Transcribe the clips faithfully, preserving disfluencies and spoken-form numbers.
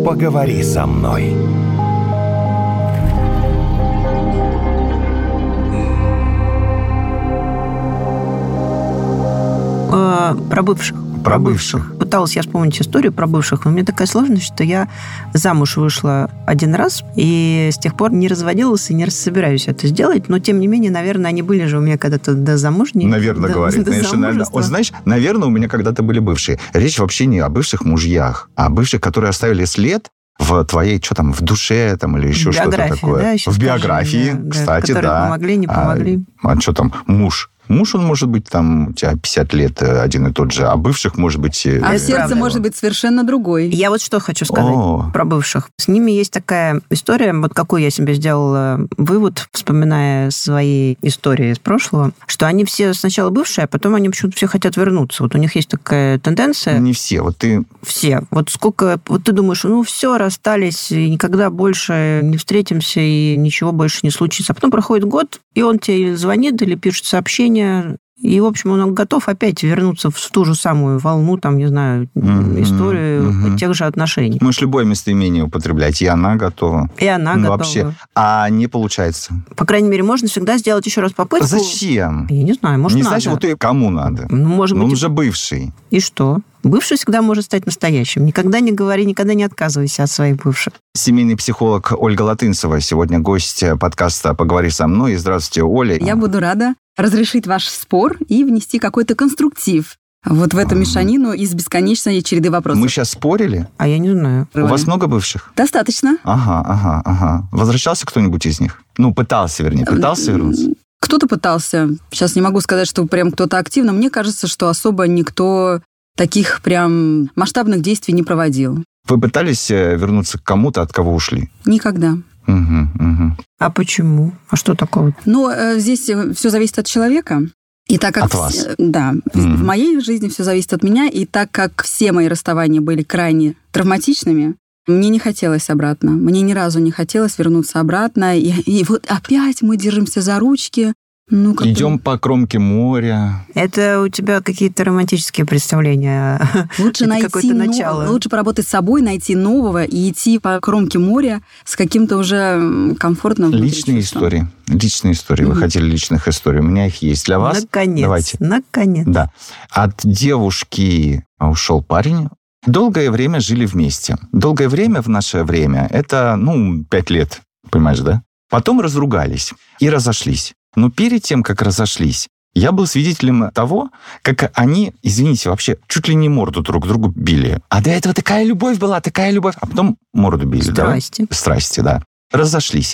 Поговори со мной. Э, про бывших. Про бывших. Пыталась я вспомнить историю про бывших, но у меня такая сложность, что я замуж вышла один раз, и с тех пор не разводилась и не собираюсь это сделать, но, тем не менее, наверное, они были же у меня когда-то до замужней. Наверное, до, говорит. До Знаешь, наверное, вот, знаешь, наверное, у меня когда-то были бывшие. Речь вообще не о бывших мужьях, а о бывших, которые оставили след в твоей, что там, в душе там, или еще что-то такое. Да, в биографии, да, кстати, которые да. помогли, не помогли. А, а что там, муж? Муж, он может быть там у тебя пятьдесят лет один и тот же, а бывших может быть... А э, сердце правда. может быть совершенно другой. Я вот что хочу сказать О. про бывших. С ними есть такая история, вот какой я себе сделала вывод, вспоминая свои истории из прошлого, что они все сначала бывшие, а потом они почему-то все хотят вернуться. Вот у них есть такая тенденция... Не все, вот ты... Все. Вот сколько... Вот ты думаешь, ну все, расстались, и никогда больше не встретимся, и ничего больше не случится. А потом проходит год, и он тебе или звонит, или пишет сообщение, и, в общем, он готов опять вернуться в ту же самую волну, там, не знаю, mm-hmm. историю mm-hmm. тех же отношений. Можешь любое местоимение употреблять, и она готова. И она ну, готова. Вообще. А не получается. По крайней мере, можно всегда сделать еще раз попытку. Зачем? Я не знаю, может, не надо. Не знаешь, вот и кому надо. Ну, может ну, быть, он же бывший. И что? Бывший всегда может стать настоящим. Никогда не говори, никогда не отказывайся от своих бывших. Семейный психолог Ольга Латынцева сегодня гость подкаста «Поговори со мной». Здравствуйте, Оля. Я буду рада разрешить ваш спор и внести какой-то конструктив вот в эту мешанину из бесконечной череды вопросов. Мы сейчас спорили? А я не знаю. У вас много бывших? Достаточно. Ага, ага, ага. Возвращался кто-нибудь из них? Ну, пытался, вернее. Пытался вернуться? Кто-то пытался. Сейчас не могу сказать, что прям кто-то активно. Мне кажется, что особо никто таких прям масштабных действий не проводил. Вы пытались вернуться к кому-то, от кого ушли? Никогда. Угу, угу. А почему? А что такого? Ну, здесь все зависит от человека. И так как от вас? Да. Mm. В моей жизни все зависит от меня. И так как все мои расставания были крайне травматичными, мне не хотелось обратно. Мне ни разу не хотелось вернуться обратно. И, и вот опять мы держимся за ручки. Ну, идем по кромке моря. Это у тебя какие-то романтические представления. Лучше найти какое-то начало. Нов... Лучше поработать с собой, найти нового и идти по кромке моря с каким-то уже комфортным... Личные истории. Личные истории. Mm-hmm. Вы хотели личных историй. У меня их есть. Для вас? Наконец. Давайте. Наконец. Да. От девушки ушел парень. Долгое время жили вместе. Долгое время в наше время – это, ну, пять лет. Понимаешь, да? Потом разругались и разошлись. Но перед тем, как разошлись, я был свидетелем того, как они, извините, вообще чуть ли не морду друг другу били. А до этого такая любовь была, такая любовь. А потом морду били. Страсти. Да? Страсти, да. Разошлись.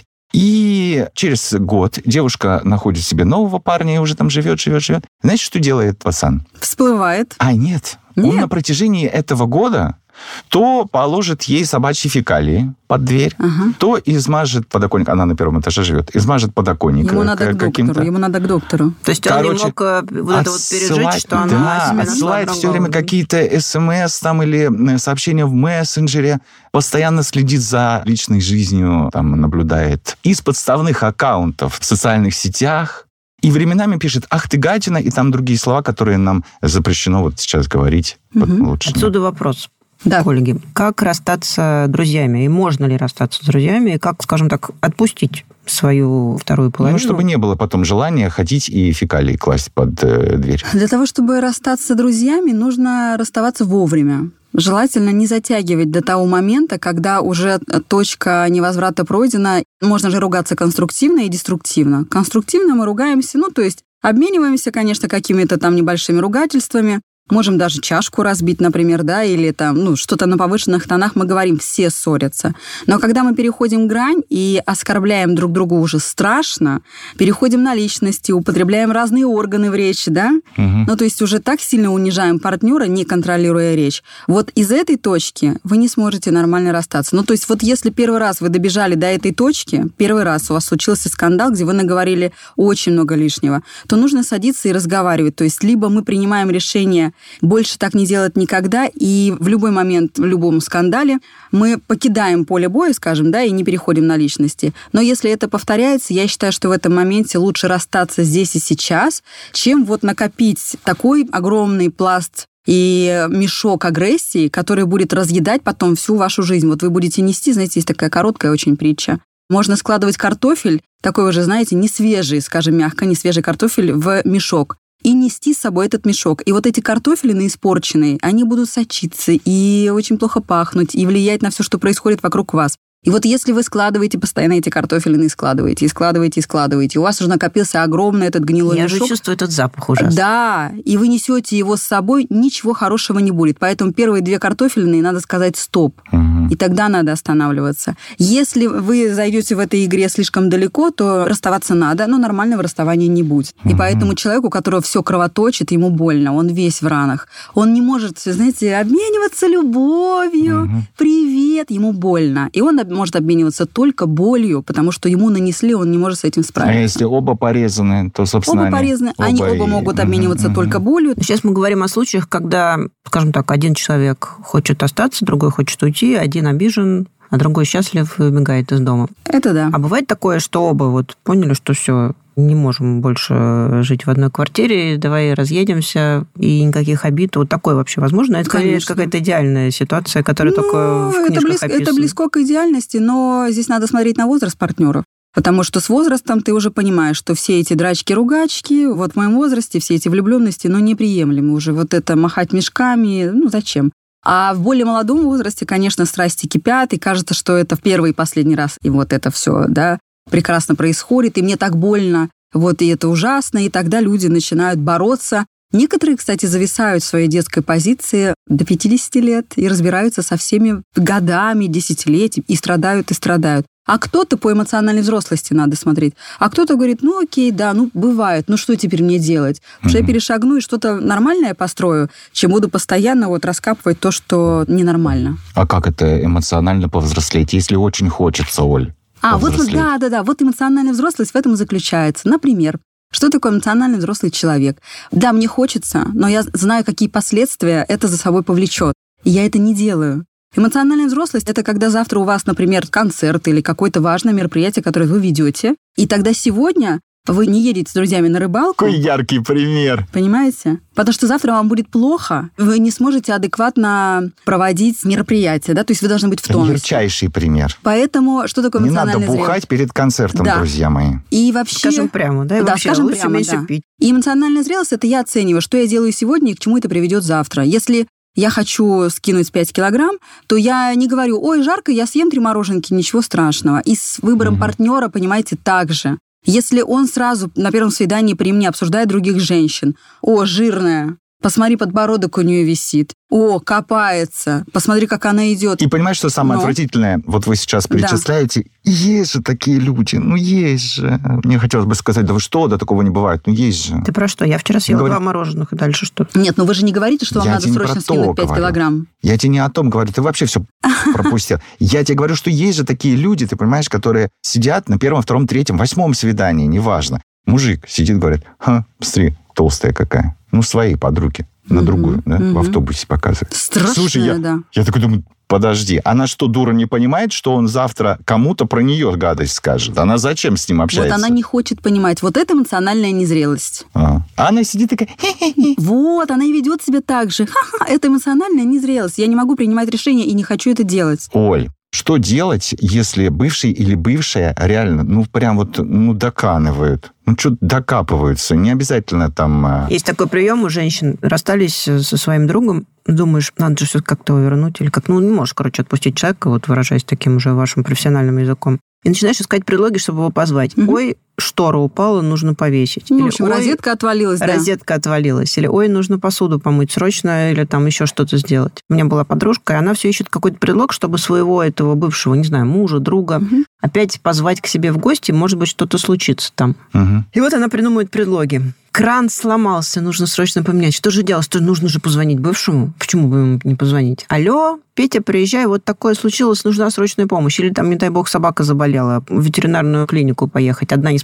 И через год девушка находит себе нового парня и уже там живет, живет, живет. Знаете, что делает пацан? Всплывает. А, нет. Нет. Он на протяжении этого года то положит ей собачьи фекалии под дверь, ага. то измажет подоконник. Она на первом этаже живет. Измажет подоконник. Ему надо к доктору. Ему надо к доктору. То есть Короче, он не мог вот это вот пережить, что она... Да, отсылает все время какие-то смс там или сообщения в мессенджере, постоянно следит за личной жизнью, там наблюдает из подставных аккаунтов в социальных сетях. И временами пишет «Ах ты гадина», и там другие слова, которые нам запрещено вот сейчас говорить. Угу. Вот лучше. Отсюда вопрос. Да. К Ольге. Как расстаться с друзьями? И можно ли расстаться с друзьями? И как, скажем так, отпустить свою вторую половину? Ну, чтобы не было потом желания ходить и фекалии класть под э, дверь. Для того, чтобы расстаться с друзьями, нужно расставаться вовремя. Желательно не затягивать до того момента, когда уже точка невозврата пройдена. Можно же ругаться конструктивно и деструктивно. Конструктивно мы ругаемся, ну, то есть обмениваемся, конечно, какими-то там небольшими ругательствами. Можем даже чашку разбить, например, да, или там, ну, что-то на повышенных тонах, мы говорим, все ссорятся. Но когда мы переходим грань и оскорбляем друг друга уже страшно, переходим на личности, употребляем разные органы в речи, да, угу. ну, то есть уже так сильно унижаем партнера, не контролируя речь. Вот из этой точки вы не сможете нормально расстаться. Ну, то есть вот если первый раз вы добежали до этой точки, первый раз у вас случился скандал, где вы наговорили очень много лишнего, то нужно садиться и разговаривать. То есть либо мы принимаем решение больше так не делать никогда, и в любой момент, в любом скандале мы покидаем поле боя, скажем, да, и не переходим на личности. Но если это повторяется, я считаю, что в этом моменте лучше расстаться здесь и сейчас, чем вот накопить такой огромный пласт и мешок агрессии, который будет разъедать потом всю вашу жизнь. Вот вы будете нести, знаете, есть такая короткая очень притча. Можно складывать картофель, такой уже, знаете, не свежий, скажем мягко, не свежий картофель в мешок, и нести с собой этот мешок. И вот эти картофелины испорченные, они будут сочиться и очень плохо пахнуть, и влиять на все, что происходит вокруг вас. И вот если вы складываете постоянно эти картофелины, и складываете, и складываете, и складываете, у вас уже накопился огромный этот гнилой Я мешок. же чувствую этот запах ужасный. Да, и вы несете его с собой, ничего хорошего не будет. Поэтому первые две картофельные надо сказать «стоп». Угу. И тогда надо останавливаться. Если вы зайдете в этой игре слишком далеко, то расставаться надо, но нормального расставания не будет. И Угу. поэтому человеку, у которого все кровоточит, ему больно, он весь в ранах. Он не может, знаете, обмениваться любовью, Угу. привет, ему больно. И он может обмениваться только болью, потому что ему нанесли, он не может с этим А справиться. если оба порезаны, то, собственно, Оба они- порезаны, они оба оба и- могут Мгм, обмениваться мгм. только болью. Сейчас мы говорим о случаях, когда, скажем так, один человек хочет остаться, другой хочет уйти, один обижен, а другой счастлив и убегает из дома. Это да. А бывает такое, что оба вот поняли, что все, не можем больше жить в одной квартире, давай разъедемся, и никаких обид. Вот такое вообще возможно? Это, скорее, Конечно. какая-то идеальная ситуация, которая Ну, только в это, книжках близко, это описана. близко к идеальности, но здесь надо смотреть на возраст партнеров. Потому что с возрастом ты уже понимаешь, что все эти драчки-ругачки, вот в моем возрасте все эти влюбленности, ну, неприемлемы уже. Вот это махать мешками, ну, зачем? А в более молодом возрасте, конечно, страсти кипят, и кажется, что это в первый и последний раз. И вот это все, да, прекрасно происходит, и мне так больно, вот, и это ужасно, и тогда люди начинают бороться. Некоторые, кстати, зависают в своей детской позиции до пятидесяти лет и разбираются со всеми годами, десятилетиями, и страдают, и страдают. А кто-то по эмоциональной взрослости надо смотреть. А кто-то говорит, ну окей, да, ну бывает, ну что теперь мне делать? Потому что я перешагну и что-то нормальное построю, чем буду постоянно вот раскапывать то, что ненормально. А как это эмоционально повзрослеть, если очень хочется, Оль? А, вот, повзрослеть? да, да, да, вот эмоциональная взрослость в этом и заключается. Например, что такое эмоциональный взрослый человек? Да, мне хочется, но я знаю, какие последствия это за собой повлечет. И я это не делаю. Эмоциональная взрослость – это когда завтра у вас, например, концерт или какое-то важное мероприятие, которое вы ведете, и тогда сегодня вы не едете с друзьями на рыбалку. Какой яркий пример. Понимаете? Потому что завтра вам будет плохо, вы не сможете адекватно проводить мероприятие, да, то есть вы должны быть в тонусе. Ярчайший пример. Поэтому что такое Не эмоциональная надо зрелость? бухать перед концертом, Да. друзья мои. И вообще... Скажем прямо, да? И Да, вообще скажем лучше прямо, меньше да. пить. И эмоциональная зрелость – это я оцениваю, что я делаю сегодня и к чему это приведет завтра. Если я хочу скинуть пять килограмм, то я не говорю, ой, жарко, я съем три мороженки, ничего страшного. И с выбором Мгм. партнера, понимаете, так же. Если он сразу на первом свидании при мне обсуждает других женщин, о, жирная, посмотри, подбородок у нее висит, о, копается, посмотри, как она идет. И понимаешь, что самое Но. отвратительное? Вот вы сейчас Да. перечисляете, есть же такие люди, ну есть же. Мне хотелось бы сказать, да вы что, да такого не бывает, ну есть же. Ты про что? Я вчера съела Говорю- два мороженых, и дальше что? Нет, ну вы же не говорите, что вам Я надо тебе не срочно про то скинуть пять говорю. килограмм. Я тебе не о том говорю, ты вообще все пропустил. Я тебе говорю, что есть же такие люди, ты понимаешь, которые сидят на первом, втором, третьем, восьмом свидании, неважно. Мужик сидит, говорит, ха, смотри, толстая какая. Ну, своей подруги. На Мгм, другую, да, мгм. в автобусе показывает. Страшное, Слушай, я, да. я такой думаю, подожди, она что, дура, не понимает, что он завтра кому-то про нее гадость скажет? Она зачем с ним Вот общается? она не хочет понимать. Вот это эмоциональная незрелость. А. А она сидит такая, хе-хе-хе. Вот, она и ведет себя так же. Ха-ха, это эмоциональная незрелость. Я не могу принимать решения и не хочу это делать. Оль, что делать, если бывший или бывшая реально, ну, прям вот, ну, доканывают? Ну, что докапываются? Не обязательно там... а, Есть такой прием у женщин. Расстались со своим другом, думаешь, надо же все как-то его вернуть, или как... Ну, не можешь, короче, отпустить человека, вот выражаясь таким уже вашим профессиональным языком. И начинаешь искать предлоги, чтобы его позвать. Мгм. Ой, штора упала, нужно повесить. Ну, Или, в общем, «Ой, розетка отвалилась, да. розетка отвалилась. Или, ой, нужно посуду помыть срочно, или там еще что-то сделать. У меня была подружка, и она все ищет какой-то предлог, чтобы своего этого бывшего, не знаю, мужа, друга, Мгм. опять позвать к себе в гости, может быть, что-то случится там. Мгм. И вот она придумывает предлоги. Кран сломался, нужно срочно поменять. Что же делать? Что нужно же позвонить бывшему? Почему бы ему не позвонить? Алло, Петя, приезжай, вот такое случилось, нужна срочная помощь. Или там, не дай бог, собака заболела, в ветеринарную клинику поехать. Одна не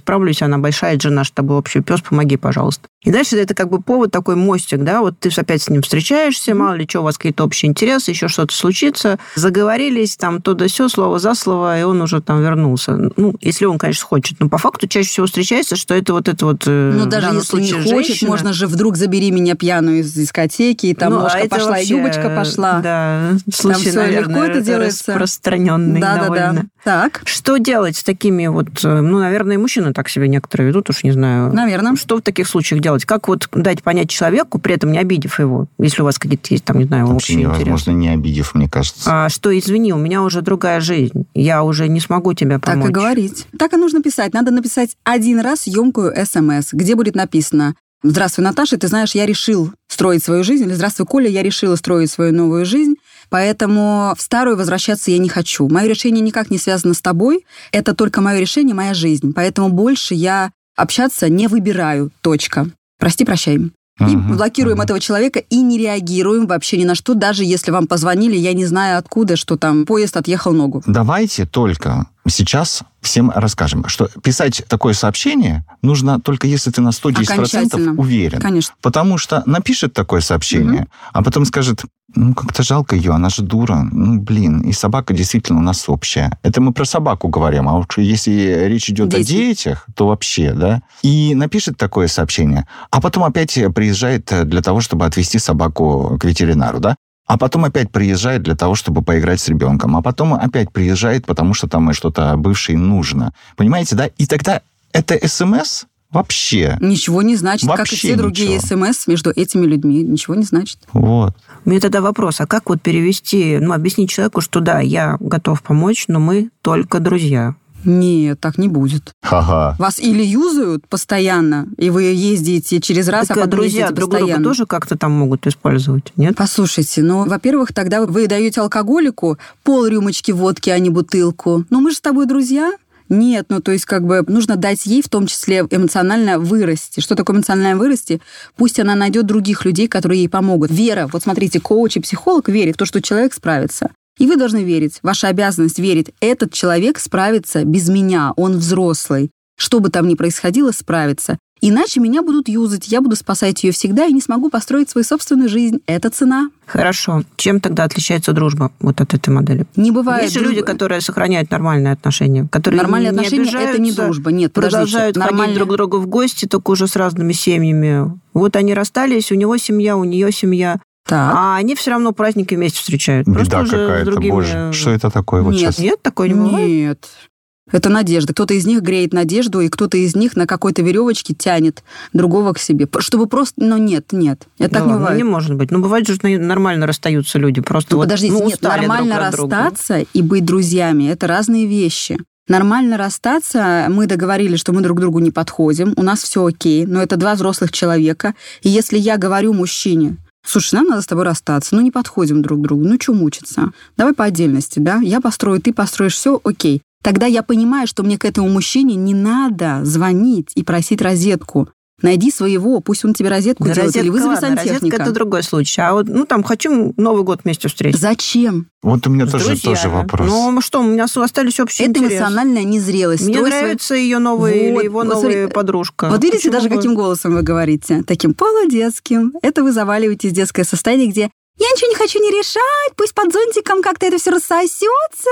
справлюсь, она большая жена, с тобой общий пес, помоги, пожалуйста. И дальше это как бы повод, такой мостик, да, вот ты опять с ним встречаешься, мало ли что, у вас какие-то общие интересы, еще что-то случится, заговорились, там, то да сё, слово за слово, и он уже там вернулся. Ну, если он, конечно, хочет. Но по факту чаще всего встречается, что это вот это вот... Ну, даже если не хочет, женщина. Можно же вдруг забери меня пьяную из дискотеки, и там ну, ножка а пошла, вообще, и юбочка пошла. Да, случай, там наверное, легко это делается. Распространенный да, довольно. Да, да. Так. Что делать с такими вот... Ну, наверное, и мужчины так себя некоторые ведут, уж не знаю. Наверное. Что в таких случаях делать? Как вот дать понять человеку, при этом не обидев его, если у вас какие-то есть, там, не знаю, вообще общие невозможно, интересы? не обидев, мне кажется. А, что, извини, у меня уже другая жизнь. Я уже не смогу тебе помочь. Так и говорить. Так и нужно писать. Надо написать один раз емкую СМС, где будет написано: «Здравствуй, Наташа, ты знаешь, я решил строить свою жизнь», или «Здравствуй, Коля, я решила строить свою новую жизнь, поэтому в старую возвращаться я не хочу. Мое решение никак не связано с тобой, это только мое решение, моя жизнь, поэтому больше я общаться не выбираю. Точка. Прости, прощай». И uh-huh, блокируем uh-huh. этого человека и не реагируем вообще ни на что, даже если вам позвонили, я не знаю откуда, что там поезд отъехал ногу. Давайте только сейчас всем расскажем, что писать такое сообщение нужно только если ты на сто десять процентов уверен. Конечно. Потому что напишет такое сообщение, uh-huh. а потом скажет: ну, как-то жалко ее, она же дура. Ну, блин, и собака действительно у нас общая. Это мы про собаку говорим, а уж если речь идет Дети. о детях, то вообще, да. И напишет такое сообщение, а потом опять приезжает для того, чтобы отвезти собаку к ветеринару, да. А потом опять приезжает для того, чтобы поиграть с ребенком. А потом опять приезжает, потому что там что-то бывшей нужно. Понимаете, да? И тогда это СМС вообще... Ничего не значит, вообще как и все другие ничего. СМС между этими людьми. Ничего не значит. Вот. У меня тогда вопрос, а как вот перевести, ну, объяснить человеку, что да, я готов помочь, но мы только друзья? Нет, так не будет. Ха-ха. Вас или юзают постоянно, и вы ездите через раз, так, а потом друзья ездите друг постоянно. друга тоже как-то там могут использовать, нет? Послушайте, ну, во-первых, тогда вы даете алкоголику пол рюмочки водки, а не бутылку. Ну, мы же с тобой друзья. Нет, ну, то есть, как бы, нужно дать ей в том числе эмоционально вырасти. Что такое эмоционально вырасти? Пусть она найдет других людей, которые ей помогут. Вера, вот смотрите, коуч и психолог верит в то, что человек справится. И вы должны верить, ваша обязанность верить, этот человек справится без меня, он взрослый. Что бы там ни происходило, справится. Иначе меня будут юзать, я буду спасать ее всегда и не смогу построить свою собственную жизнь. Это цена. Хорошо. Чем тогда отличается дружба вот от этой модели? Не бывает. Есть же дружбы. люди, которые сохраняют нормальные отношения, которые нормальные не отношения обижаются, это не дружба. Нет, продолжают подождите. ходить друг к другу в гости, только уже с разными семьями. Вот они расстались, у него семья, у нее семья. Так. А они все равно праздники вместе встречают. Беда Просто уже какая-то, с другими... боже. Что это такое вот Нет. сейчас? Нет, такой не бывает? Нет. Это надежда. Кто-то из них греет надежду, и кто-то из них на какой-то веревочке тянет другого к себе. Чтобы просто... Ну, нет, нет. Это Да так не ладно, бывает. не может быть. Ну, бывает же, нормально расстаются люди. Просто Ну, вот, подождите, ну, нет, устали нормально друг от друга. расстаться и быть друзьями – это разные вещи. Нормально расстаться, мы договорились, что мы друг другу не подходим, у нас все окей, но это два взрослых человека. И если я говорю мужчине: слушай, нам надо с тобой расстаться, ну не подходим друг к другу, ну что мучиться? Давай по отдельности, да? Я построю, ты построишь, все окей. Тогда я понимаю, что мне к этому мужчине не надо звонить и просить розетку. Найди своего, пусть он тебе розетку Да, делает, розетка, или вызови ладно, сантехника. розетка – это другой случай. А вот, ну, там, хочу Новый год вместе встретить. Зачем? Вот у меня тоже, Друзья. тоже вопрос. Ну, что, у меня остались общие Это интересы. эмоциональная незрелость. Мне Строй нравится свой... ее новая Вот, или его вот новая смотри, подружка. Вот видите, Почему даже бы? каким голосом вы говорите? Таким полудетским. Это вы заваливаетесь в детское состояние, где я ничего не хочу не решать, пусть под зонтиком как-то это все рассосется.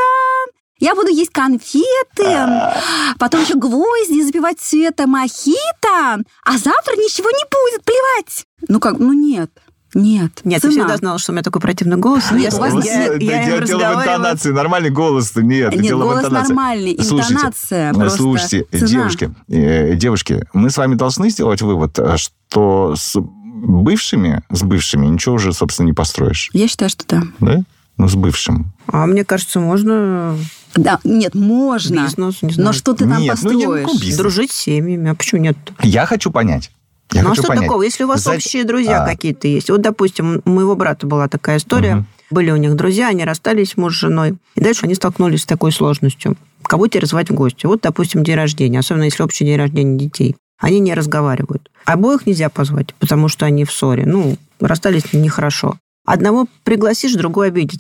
Я буду есть конфеты, потом еще гвозди запивать цветом мохито, а завтра ничего не будет, плевать. Ну как, ну нет. Нет, Нет, цена. ты всегда знала, что у меня такой противный голос. Нет, я, у вас я, нет. я, я им дело в разговаривала. интонации. Нормальный голос-то нет. Нет, дело в голос интонации. нормальный, Слушайте, интонация просто Слушайте, цена. девушки, э, девушки, мы с вами должны сделать вывод, что с бывшими, с бывшими ничего уже, собственно, не построишь. Я считаю, что да. Да? Ну, с бывшим. А мне кажется, можно Да, нет, можно. бизнес, не знаю. Но что ты там Нет, ну, я построишь? могу бизнес. Дружить с семьями. А почему нет? Я хочу понять. Я ну, а хочу что понять. такого? Если у вас За- общие друзья А. какие-то есть. Вот, допустим, у моего брата была такая история. Мгм. Были у них друзья, они расстались, муж с женой. И дальше они столкнулись с такой сложностью. Кого теперь звать в гости? Вот, допустим, день рождения, особенно если общий день рождения детей. Они не разговаривают. Обоих нельзя позвать, потому что они в ссоре. Ну, расстались нехорошо. Одного пригласишь, другой обидится.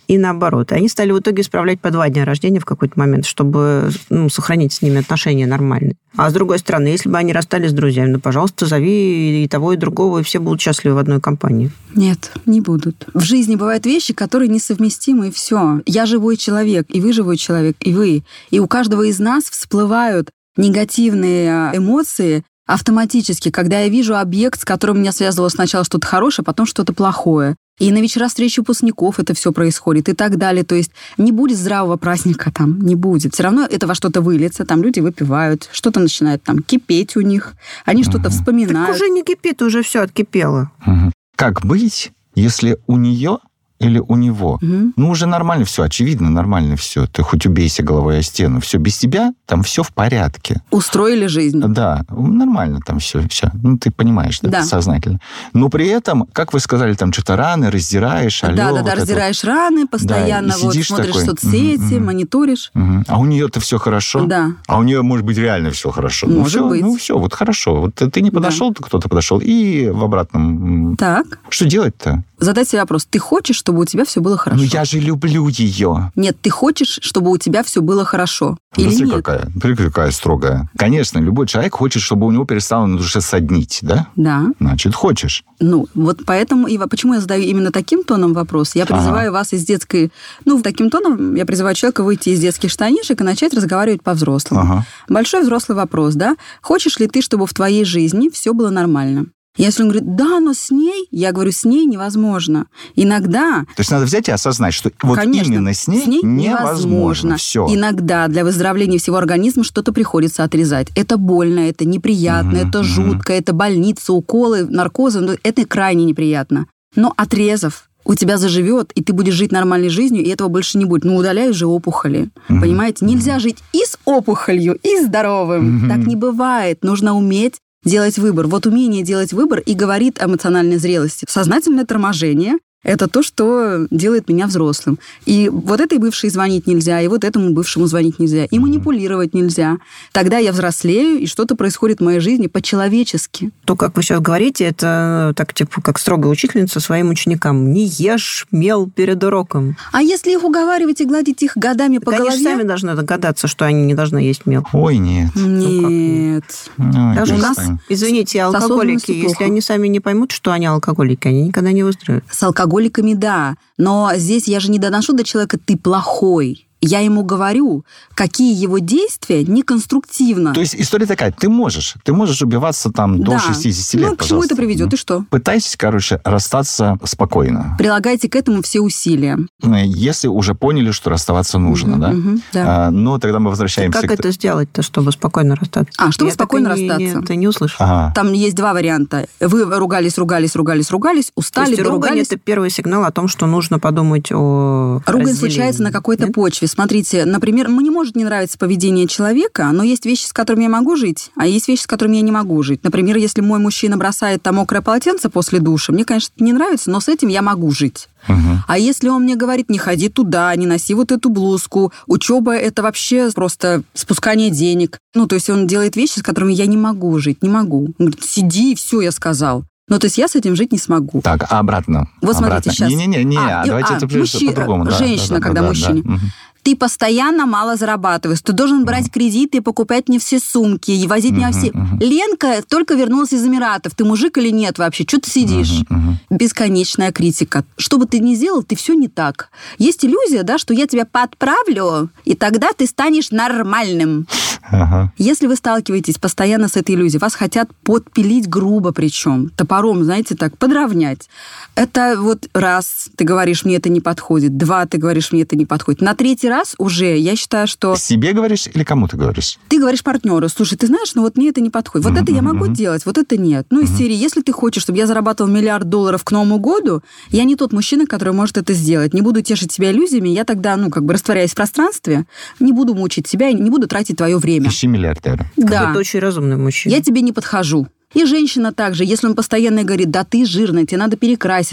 и наоборот. И они стали в итоге исправлять по два дня рождения в какой-то момент, чтобы ну, сохранить с ними отношения нормальные. А с другой стороны, если бы они расстались с друзьями, ну, пожалуйста, зови и того, и другого, и все будут счастливы в одной компании. Нет, не будут. В жизни бывают вещи, которые несовместимы, и все. Я живой человек, и вы живой человек, и вы. И у каждого из нас всплывают негативные эмоции автоматически, когда я вижу объект, с которым меня связывало сначала что-то хорошее, потом что-то плохое. И на вечера встречи выпускников это все происходит и так далее. То есть не будет здравого праздника там, не будет. Все равно это во что-то выльется, там люди выпивают, что-то начинает там кипеть у них, они что-то Угу. вспоминают. Так уже не кипит, уже все откипело. Угу. Как быть, если у нее или у него? Угу. Ну, уже нормально все, очевидно, нормально все. Ты хоть убейся головой о стену. Все без тебя, там все в порядке. Устроили жизнь. Да, нормально там все, все. Ну, ты понимаешь, да, Да. сознательно. Но при этом, как вы сказали, там что-то раны раздираешь, алло, Да, да, вот да, это раздираешь раны, постоянно и вот сидишь смотришь такой, соцсети, мгм, мгм. мониторишь. вот. Мгм. А у нее-то все хорошо? Да. А у нее, может быть, реально все хорошо? ну, Может все, быть. Ну, все, вот хорошо. Вот ты не подошел, то кто-то подошел. И в обратном... м, Так, Что делать-то? задать себе вопрос. Ты хочешь, чтобы у тебя все было хорошо? Ну, я же люблю ее. Нет, ты хочешь, чтобы у тебя все было хорошо? Или Смотри, нет? какая, смотри, какая строгая. Конечно, любой человек хочет, чтобы у него перестало на душе соднить, да? Да. Значит, хочешь. Ну, вот поэтому, и почему я задаю именно таким тоном вопрос? Я призываю вас из детской... Ну, таким тоном я призываю человека выйти из детских штанишек и начать разговаривать по-взрослому. Ага. Большой взрослый вопрос, да? Хочешь ли ты, чтобы в твоей жизни все было нормально? Если он говорит, да, но с ней, я говорю, с ней невозможно. Иногда... То есть надо взять и осознать, что вот Конечно, именно с ней, невозможно. Все. Иногда для выздоровления всего организма что-то приходится отрезать. Это больно, это неприятно, Мгм, это мгм. жутко, это больница, уколы, наркозы. Ну, это крайне неприятно. Но отрезав, у тебя заживет, и ты будешь жить нормальной жизнью, и этого больше не будет. Ну, удаляй же опухоли. Мгм. Понимаете? Нельзя жить и с опухолью, и здоровым. Мгм. Так не бывает. Нужно уметь делать выбор. Вот умение делать выбор и говорит о эмоциональной зрелости. Сознательное торможение — это то, что делает меня взрослым. И вот этой бывшей звонить нельзя, и вот этому бывшему звонить нельзя, и манипулировать нельзя. Тогда я взрослею, и что-то происходит в моей жизни по-человечески. То, как вы сейчас говорите, это так, типа, как строгая учительница своим ученикам. Не ешь мел перед уроком. А если их уговаривать и гладить их годами по Так они же голове? сами должны догадаться, что они не должны есть мел. Ой, нет. Нет. Ой, Даже у нас перестань. Извините, С алкоголики, осознанностью если плохо. они сами не поймут, что они алкоголики, они никогда не выздоровеют. С алкоголиками, да. Но здесь я же не доношу до человека «ты плохой». Я ему говорю, какие его действия неконструктивно. То есть история такая, ты можешь, ты можешь убиваться там до Да. шестидесяти лет, Ну, к чему пожалуйста. это приведет, Ну, и что? Пытайтесь, короче, расстаться спокойно. Прилагайте к этому все усилия. Если уже поняли, что расставаться нужно, Мгм, да? мгм, да. А, но тогда мы возвращаемся Как к... это сделать-то, чтобы спокойно расстаться? А, чтобы Я так спокойно и не- расстаться. Не, ты не услышал. Ага. Там есть два варианта. Вы ругались, ругались, ругались, ругались, То устали, есть ругань доругались. – это первый сигнал о том, что нужно подумать о Ругань разделении. случается на какой-то Нет? почве. Смотрите, например, мне может не нравиться поведение человека, но есть вещи, с которыми я могу жить, а есть вещи, с которыми я не могу жить. Например, если мой мужчина бросает там мокрое полотенце после душа, мне, конечно, это не нравится, но с этим я могу жить. Мгм. А если он мне говорит, не ходи туда, не носи вот эту блузку, учеба — это вообще просто спускание денег. Ну, то есть он делает вещи, с которыми я не могу жить, не могу. Он говорит, сиди, все, я сказал. Ну, то есть я с этим жить не смогу. Так, а обратно? Вот смотрите, Обратно. щас. Не-не-не, не, А, а, и- давайте а, это ближе мужчина- по-другому. Да, женщина, да, да, когда да, мужчине. да. Мгм. Ты постоянно мало зарабатываешь. Ты должен брать кредиты и покупать мне все сумки, и возить меня Мгм, все. мгм. Ленка только вернулась из Эмиратов. Ты мужик или нет вообще? Что ты сидишь? Мгм, мгм. Бесконечная критика. Что бы ты ни сделал, ты все не так. Есть иллюзия, да, что я тебя подправлю, и тогда ты станешь нормальным. Ага. Если вы сталкиваетесь постоянно с этой иллюзией, вас хотят подпилить грубо причем, топором, знаете, так, подровнять. Это вот раз ты говоришь, мне это не подходит, два ты говоришь, мне это не подходит. На третий раз уже я считаю, что Себе говоришь или кому ты говоришь? ты говоришь партнеру, слушай, ты знаешь, ну вот мне это не подходит. Вот это я могу делать, вот это нет. Ну, из серии, если ты хочешь, чтобы я зарабатывал миллиард долларов к Новому году, я не тот мужчина, который может это сделать. Не буду тешить себя иллюзиями, я тогда, ну, как бы растворяюсь в пространстве, не буду мучить себя и не буду тратить твое время. Ищи миллиардера. Да. Какой-то очень разумный мужчина. Я тебе не подхожу. И женщина также, если он постоянно говорит, да ты жирная, тебе надо перекраситься,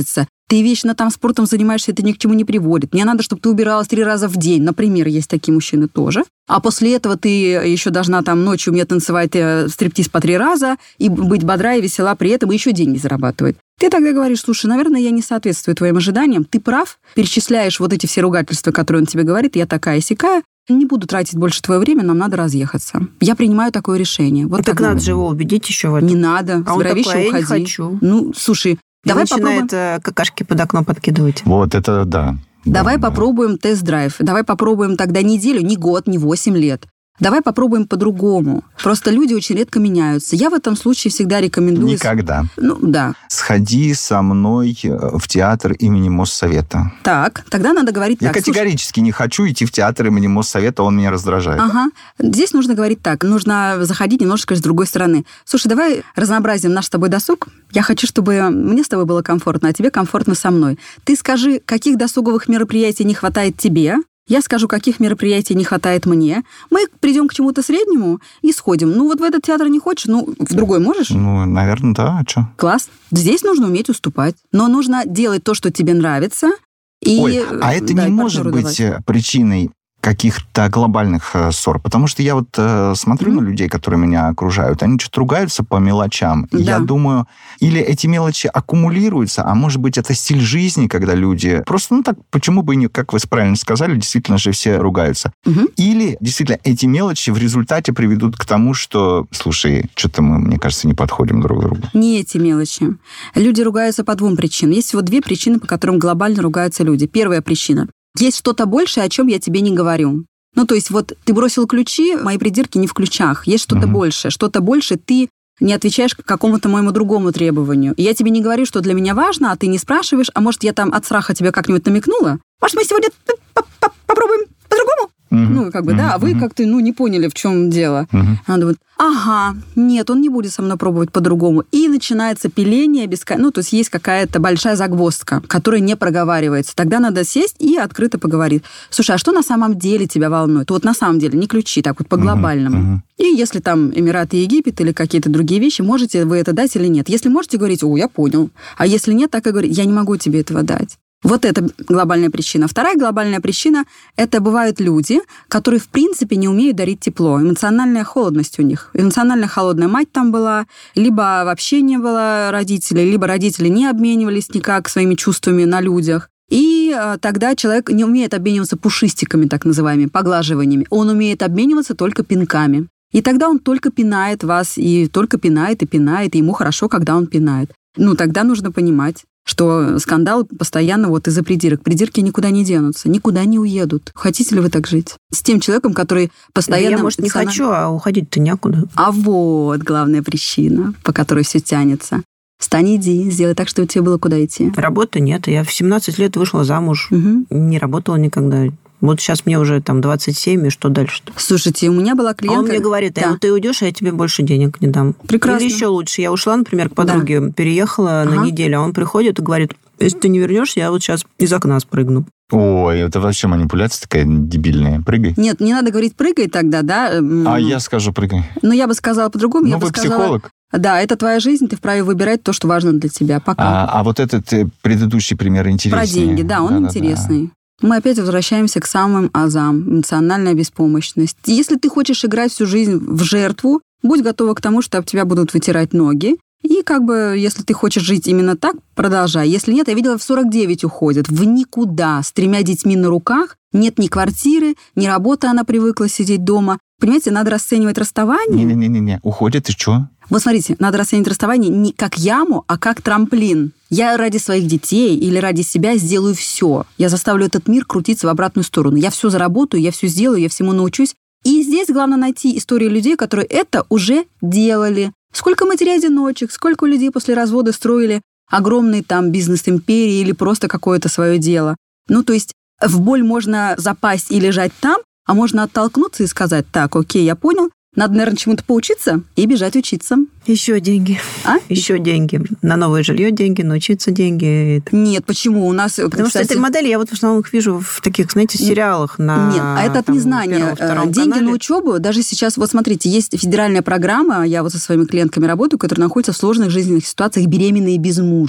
ты вечно там спортом занимаешься, это ни к чему не приводит. Мне надо, чтобы ты убиралась три раза в день. Например, есть такие мужчины тоже. А после этого ты еще должна там ночью мне танцевать стриптиз по три раза и быть бодра и весела при этом, и еще деньги зарабатывать. Ты тогда говоришь, слушай, наверное, я не соответствую твоим ожиданиям. Ты прав, перечисляешь вот эти все ругательства, которые он тебе говорит, я такая-сякая. Не буду тратить больше твое время, нам надо разъехаться. Я принимаю такое решение. Вот ну, так надо же его убедить еще в этом. Не надо. А он такой, я не хочу. Ну, слушай, и давай начинает попробуем... какашки под окно подкидывать. Вот это да. Давай да, попробуем да. тест-драйв. Давай попробуем тогда неделю, не год, не восемь лет. Давай попробуем по-другому. Просто люди очень редко меняются. Я в этом случае всегда рекомендую... Никогда. Ну, да. Сходи со мной в театр имени Моссовета. Так, тогда надо говорить Я так. Я категорически не хочу идти в театр имени Моссовета, он меня раздражает. Ага. Здесь нужно говорить так. Нужно заходить немножко с другой стороны. Слушай, давай разнообразим наш с тобой досуг. Я хочу, чтобы мне с тобой было комфортно, а тебе комфортно со мной. Ты скажи, каких досуговых мероприятий не хватает тебе, я скажу, каких мероприятий не хватает мне. Мы придем к чему-то среднему и сходим. Ну, вот в этот театр не хочешь, ну, в другой можешь? Ну, наверное, да. А что? Класс. Здесь нужно уметь уступать. Но нужно делать то, что тебе нравится. И, Ой, а это да, не может быть давать. причиной каких-то глобальных э, ссор. Потому что я вот э, смотрю mm-hmm. на людей, которые меня окружают, они что-то ругаются по мелочам. Да. Я думаю, или эти мелочи аккумулируются, а может быть, это стиль жизни, когда люди просто, ну так, почему бы и не, как вы правильно сказали, действительно же все ругаются. Mm-hmm. Или действительно эти мелочи в результате приведут к тому, что, слушай, что-то мы, мне кажется, не подходим друг к другу. Не эти мелочи. Люди ругаются по двум причинам. Есть всего две причины, по которым глобально ругаются люди. Первая причина. Есть что-то большее, о чем я тебе не говорю. Ну, то есть вот ты бросил ключи, мои придирки не в ключах. Есть что-то mm-hmm. большее. Что-то большее ты не отвечаешь к какому-то моему другому требованию. И я тебе не говорю, что для меня важно, а ты не спрашиваешь, а может, я там от страха тебе как-нибудь намекнула? Может, мы сегодня попробуем по-другому? Mm-hmm. Ну, как бы, mm-hmm. да, а вы как-то, ну, не поняли, в чем дело. Mm-hmm. Она думает, ага, нет, он не будет со мной пробовать по-другому. И начинается пиление, беско... ну, то есть есть какая-то большая загвоздка, которая не проговаривается. Тогда надо сесть и открыто поговорить. Слушай, а что на самом деле тебя волнует? Вот на самом деле, не ключи, так вот по-глобальному. Mm-hmm. И если там Эмираты и Египет или какие-то другие вещи, можете вы это дать или нет? Если можете, говорить, о, я понял. А если нет, так и говорить, я не могу тебе этого дать. Вот это глобальная причина. Вторая глобальная причина – это бывают люди, которые, в принципе, не умеют дарить тепло. Эмоциональная холодность у них. Эмоционально холодная мать там была, либо вообще не было родителей, либо родители не обменивались никак своими чувствами на людях. И тогда человек не умеет обмениваться пушистиками, так называемыми, поглаживаниями. Он умеет обмениваться только пинками. И тогда он только пинает вас, и только пинает, и пинает, и ему хорошо, когда он пинает. Ну, тогда нужно понимать, что скандал постоянно вот из-за придирок. Придирки никуда не денутся, никуда не уедут. Хотите ли вы так жить? С тем человеком, который постоянно... Да я, может, не эмоционально... хочу, а уходить-то некуда. А вот главная причина, по которой все тянется. Встань, иди, сделай так, чтобы тебе было куда идти. Работы нет. Я в семнадцать лет вышла замуж. Угу. Не работала никогда. Вот сейчас мне уже там двадцать семь, и что дальше-то? Слушайте, у меня была клиентка... А он мне говорит, да. а ты уйдешь, а я тебе больше денег не дам. Прекрасно. Или еще лучше. Я ушла, например, к подруге, да. переехала ага. на неделю, а он приходит и говорит, если ты не вернешься, я вот сейчас из окна спрыгну. Ой, это вообще манипуляция такая дебильная. Прыгай. Нет, не надо говорить прыгай тогда, да. А я скажу прыгай. Ну, я бы сказала по-другому. Ну, я вы бы сказала, психолог. Да, это твоя жизнь, ты вправе выбирать то, что важно для тебя. Пока. А, а вот этот предыдущий пример интереснее. Про деньги, да, он да, интересный. Да, да. Мы опять возвращаемся к самым азам. Эмоциональная беспомощность. Если ты хочешь играть всю жизнь в жертву, будь готова к тому, что об тебя будут вытирать ноги. И как бы, если ты хочешь жить именно так, продолжай. Если нет, я видела, в сорок девять уходят. В никуда. С тремя детьми на руках. Нет ни квартиры, ни работы, она привыкла сидеть дома. Понимаете, надо расценивать расставание. Не-не-не, уходят и что? Вот смотрите, надо расценивать расставание не как яму, а как трамплин. Я ради своих детей или ради себя сделаю все. Я заставлю этот мир крутиться в обратную сторону. Я все заработаю, я все сделаю, я всему научусь. И здесь главное найти истории людей, которые это уже делали. Сколько матерей-одиночек, сколько людей после развода строили огромные там бизнес-империи или просто какое-то свое дело. Ну, то есть в боль можно запасть и лежать там, а можно оттолкнуться и сказать, так, окей, я понял, надо, наверное, чему-то поучиться и бежать учиться. Еще деньги. А? Еще деньги. На новое жилье деньги, научиться деньги. Нет, почему? У нас... Потому кстати... что эти модели, я вот в основном их вижу в таких, знаете, сериалах на... Нет, а это от там, незнания. Первом, деньги канале. На учебу, даже сейчас, вот смотрите, есть федеральная программа, я вот со своими клиентками работаю, которая находится в сложных жизненных ситуациях, беременные без мужа.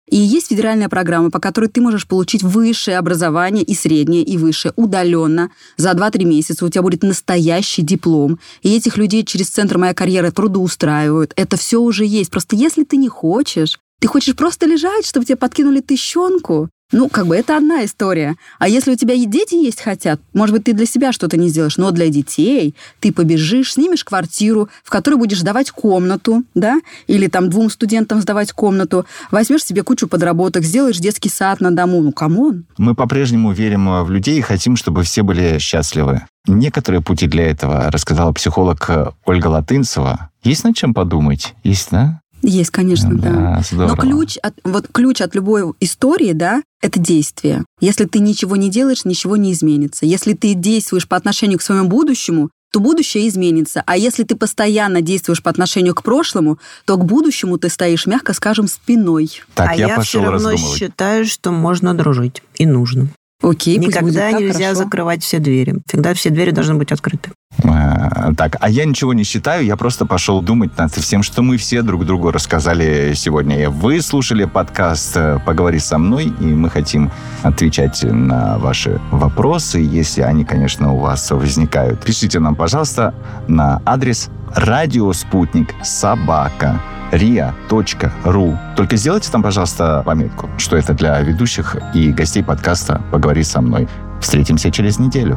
И есть федеральная программа, по которой ты можешь получить высшее образование, и среднее, и высшее, удаленно. За два-три месяца у тебя будет настоящий диплом. И этих людей через Центр «Моя карьера» трудоустраивают. Это все уже есть. Просто если ты не хочешь, ты хочешь просто лежать, чтобы тебе подкинули тыщенку, ну, как бы это одна история. А если у тебя и дети есть хотят, может быть, ты для себя что-то не сделаешь, но для детей ты побежишь, снимешь квартиру, в которой будешь сдавать комнату, да, или там двум студентам сдавать комнату, возьмешь себе кучу подработок, сделаешь детский сад на дому. Ну, камон. Мы по-прежнему верим в людей и хотим, чтобы все были счастливы. Некоторые пути для этого рассказала психолог Ольга Латынцева. Есть над чем подумать? Есть, да? Есть, конечно, да. да. Но ключ от, вот ключ от любой истории, да, это действие. Если ты ничего не делаешь, ничего не изменится. Если ты действуешь по отношению к своему будущему, то будущее изменится. А если ты постоянно действуешь по отношению к прошлому, то к будущему ты стоишь, мягко скажем, спиной. Так, а я, я пошел все равно раздумывать. считаю, что можно дружить. И нужно. Окей, пусть будет Никогда так, нельзя хорошо. закрывать все двери. Всегда все двери должны быть открыты. А, так, а я ничего не считаю, я просто пошел думать над всем, что мы все друг другу рассказали сегодня. Вы слушали подкаст «Поговори со мной», и мы хотим отвечать на ваши вопросы, если они, конечно, у вас возникают. Пишите нам, пожалуйста, на адрес радиоспутник собака риа точка ру. Только сделайте там, пожалуйста, пометку, что это для ведущих и гостей подкаста «Поговори со мной». Встретимся через неделю.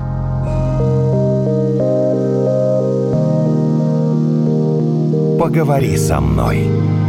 Поговори со мной.